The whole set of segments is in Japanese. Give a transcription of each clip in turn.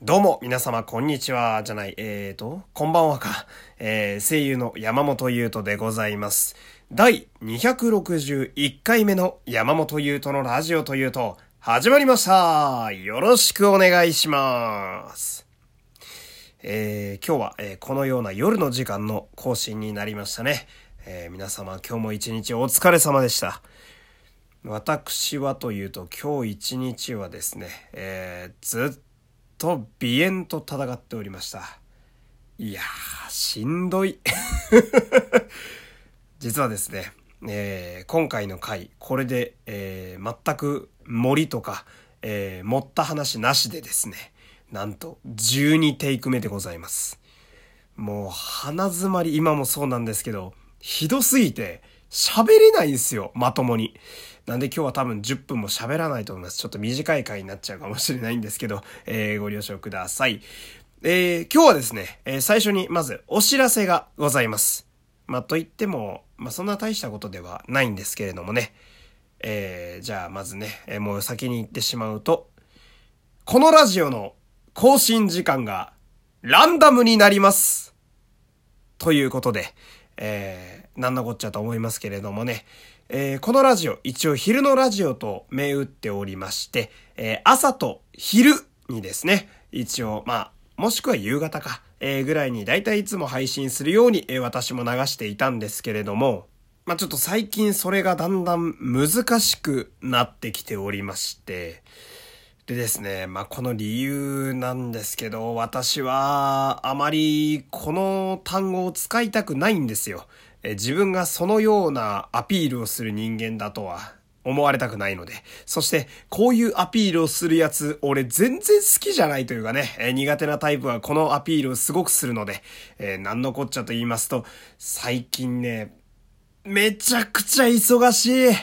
どうも、皆様、こんにちは、じゃない、こんばんはか。声優の山本優斗でございます。第261回目の山本優斗のラジオというと、始まりました。よろしくお願いします。今日は、このような夜の時間の更新になりましたね。皆様、今日も一日お疲れ様でした。私はというと、今日一日はですね、ずっと鼻炎と戦っておりました。いやー、しんどい。実はですね、今回の回、これで、全く森とか、盛った話なしでですね、なんと12テイク目でございます。もう鼻詰まり、今もそうなんですけど、ひどすぎて喋れないんですよ、まともに。なんで今日は多分10分も喋らないと思います。ちょっと短い回になっちゃうかもしれないんですけど、ご了承ください。今日はですね、最初にまずお知らせがございます。と言っても、そんな大したことではないんですけれどもね。じゃあまずね、もう先に言ってしまうと、このラジオの更新時間がランダムになります。ということで、なんのこっちゃと思いますけれどもね、このラジオ、一応昼のラジオと銘打っておりまして、朝と昼にですね、一応、もしくは夕方か、ぐらいにだいたいいつも配信するように、私も流していたんですけれども、ちょっと最近それがだんだん難しくなってきておりまして、でですね、この理由なんですけど、私はあまりこの単語を使いたくないんですよ。自分がそのようなアピールをする人間だとは思われたくないので。そして、こういうアピールをするやつ、俺全然好きじゃないというかね、苦手なタイプはこのアピールをすごくするので、なんのこっちゃと言いますと、最近ね、めちゃくちゃ忙しい。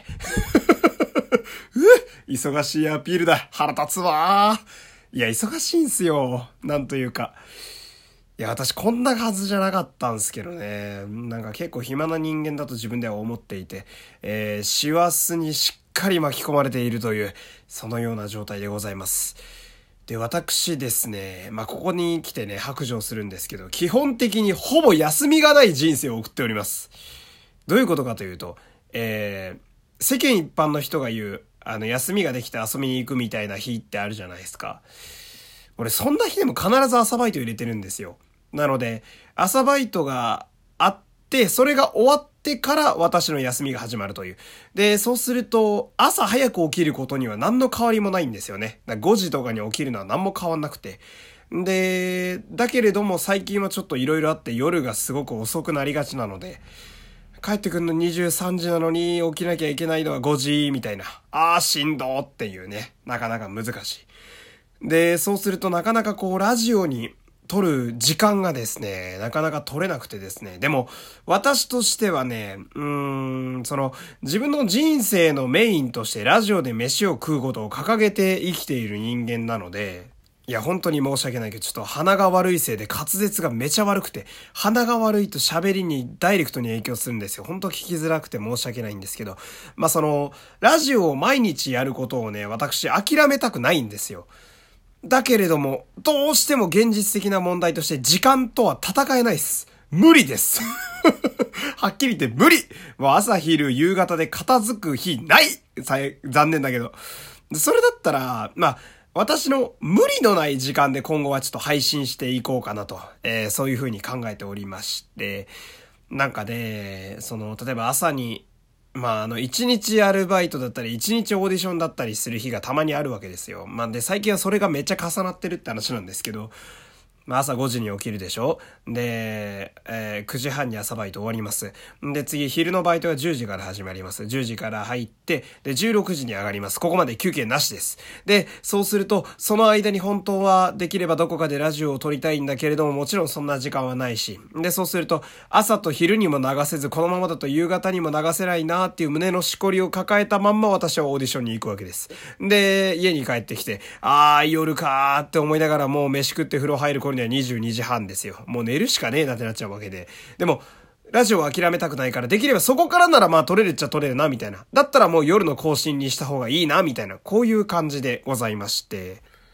忙しいアピールだ。腹立つわ。いや、忙しいんすよ。なんというか。いや、私こんなはずじゃなかったんすけどね。なんか結構暇な人間だと自分では思っていて、師走にしっかり巻き込まれているという、そのような状態でございます。で、私ですね、ここに来てね、白状するんですけど、基本的にほぼ休みがない人生を送っております。どういうことかというと、世間一般の人が言う、休みができて遊びに行くみたいな日ってあるじゃないですか。俺、そんな日でも必ず朝バイト入れてるんですよ。なので、朝バイトがあって、それが終わってから私の休みが始まるという。で、そうすると、朝早く起きることには何の変わりもないんですよね。5時とかに起きるのは何も変わんなくて。で、だけれども最近はちょっと色々あって夜がすごく遅くなりがちなので、帰ってくるの23時なのに起きなきゃいけないのは5時みたいな。しんどっていうね。なかなか難しい。で、そうするとなかなかラジオに撮る時間がですね、なかなか撮れなくてですね。でも、私としてはね、自分の人生のメインとしてラジオで飯を食うことを掲げて生きている人間なので、いや、本当に申し訳ないけど、ちょっと鼻が悪いせいで滑舌がめちゃ悪くて、鼻が悪いと喋りにダイレクトに影響するんですよ。本当聞きづらくて申し訳ないんですけど、ラジオを毎日やることをね、私諦めたくないんですよ。だけれども、どうしても現実的な問題として時間とは戦えないです。無理です。はっきり言って無理。もう朝昼夕方で片付く日ない。残念だけど。それだったら、私の無理のない時間で今後はちょっと配信していこうかなと、そういうふうに考えておりまして、なんかね、例えば朝に、一日アルバイトだったり、一日オーディションだったりする日がたまにあるわけですよ。で、最近はそれがめっちゃ重なってるって話なんですけど、朝5時に起きるでしょ。で、9時半に朝バイト終わります。で、次、昼のバイトが10時から始まります。10時から入って、で、16時に上がります。ここまで休憩なしです。で、そうすると、その間に本当はできればどこかでラジオを撮りたいんだけれども、もちろんそんな時間はないし。で、そうすると、朝と昼にも流せず、このままだと夕方にも流せないなっていう胸のしこりを抱えたまんま私はオーディションに行くわけです。で、家に帰ってきて、夜かーって思いながらもう飯食って風呂入る頃には22時半ですよ。もう寝るしかねえなってなっちゃうわけで。でも、ラジオを諦めたくないから、できればそこからなら撮れるっちゃ撮れるな、みたいな。だったらもう夜の更新にした方がいいな、みたいな。こういう感じでございまして。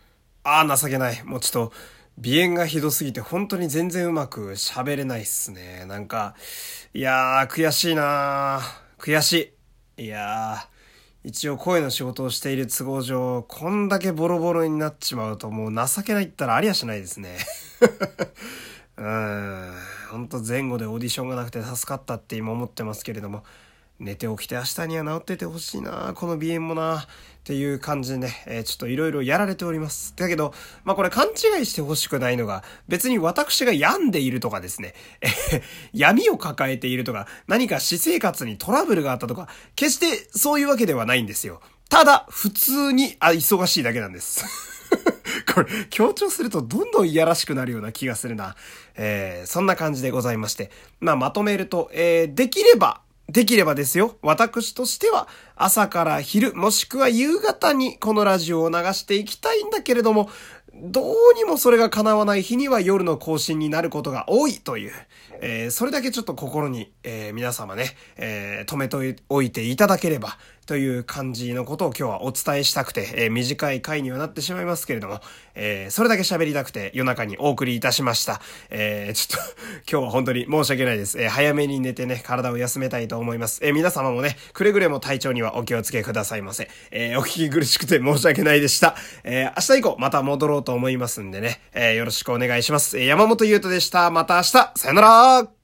情けない。もうちょっと、鼻炎がひどすぎて本当に全然うまく喋れないっすね。なんか、いやー、悔しいなー。悔しい。いやー、一応声の仕事をしている都合上、こんだけボロボロになっちまうともう情けないったらありゃしないですね。ほんと前後でオーディションがなくて助かったって今思ってますけれども、寝て起きて明日には治っててほしいな、この鼻炎もなっていう感じでね、ちょっといろいろやられております。だけど、これ勘違いしてほしくないのが、別に私が病んでいるとかですね、闇を抱えているとか、何か私生活にトラブルがあったとか、決してそういうわけではないんですよ。ただ、普通に忙しいだけなんです。これ、強調するとどんどんいやらしくなるような気がするな。そんな感じでございまして。まとめると、できればですよ。私としては朝から昼もしくは夕方にこのラジオを流していきたいんだけれども、どうにもそれが叶わない日には夜の更新になることが多いという、それだけちょっと心に、皆様ね、止めておいていただければという感じのことを今日はお伝えしたくて、短い回にはなってしまいますけれども、それだけ喋りたくて夜中にお送りいたしました。ちょっと今日は本当に申し訳ないです。早めに寝てね、体を休めたいと思います。皆様もね、くれぐれも体調にはお気をつけくださいませ。お聞き苦しくて申し訳ないでした。明日以降また戻ろうと思いますんでね、よろしくお願いします。山本優斗でした。また明日、さよなら。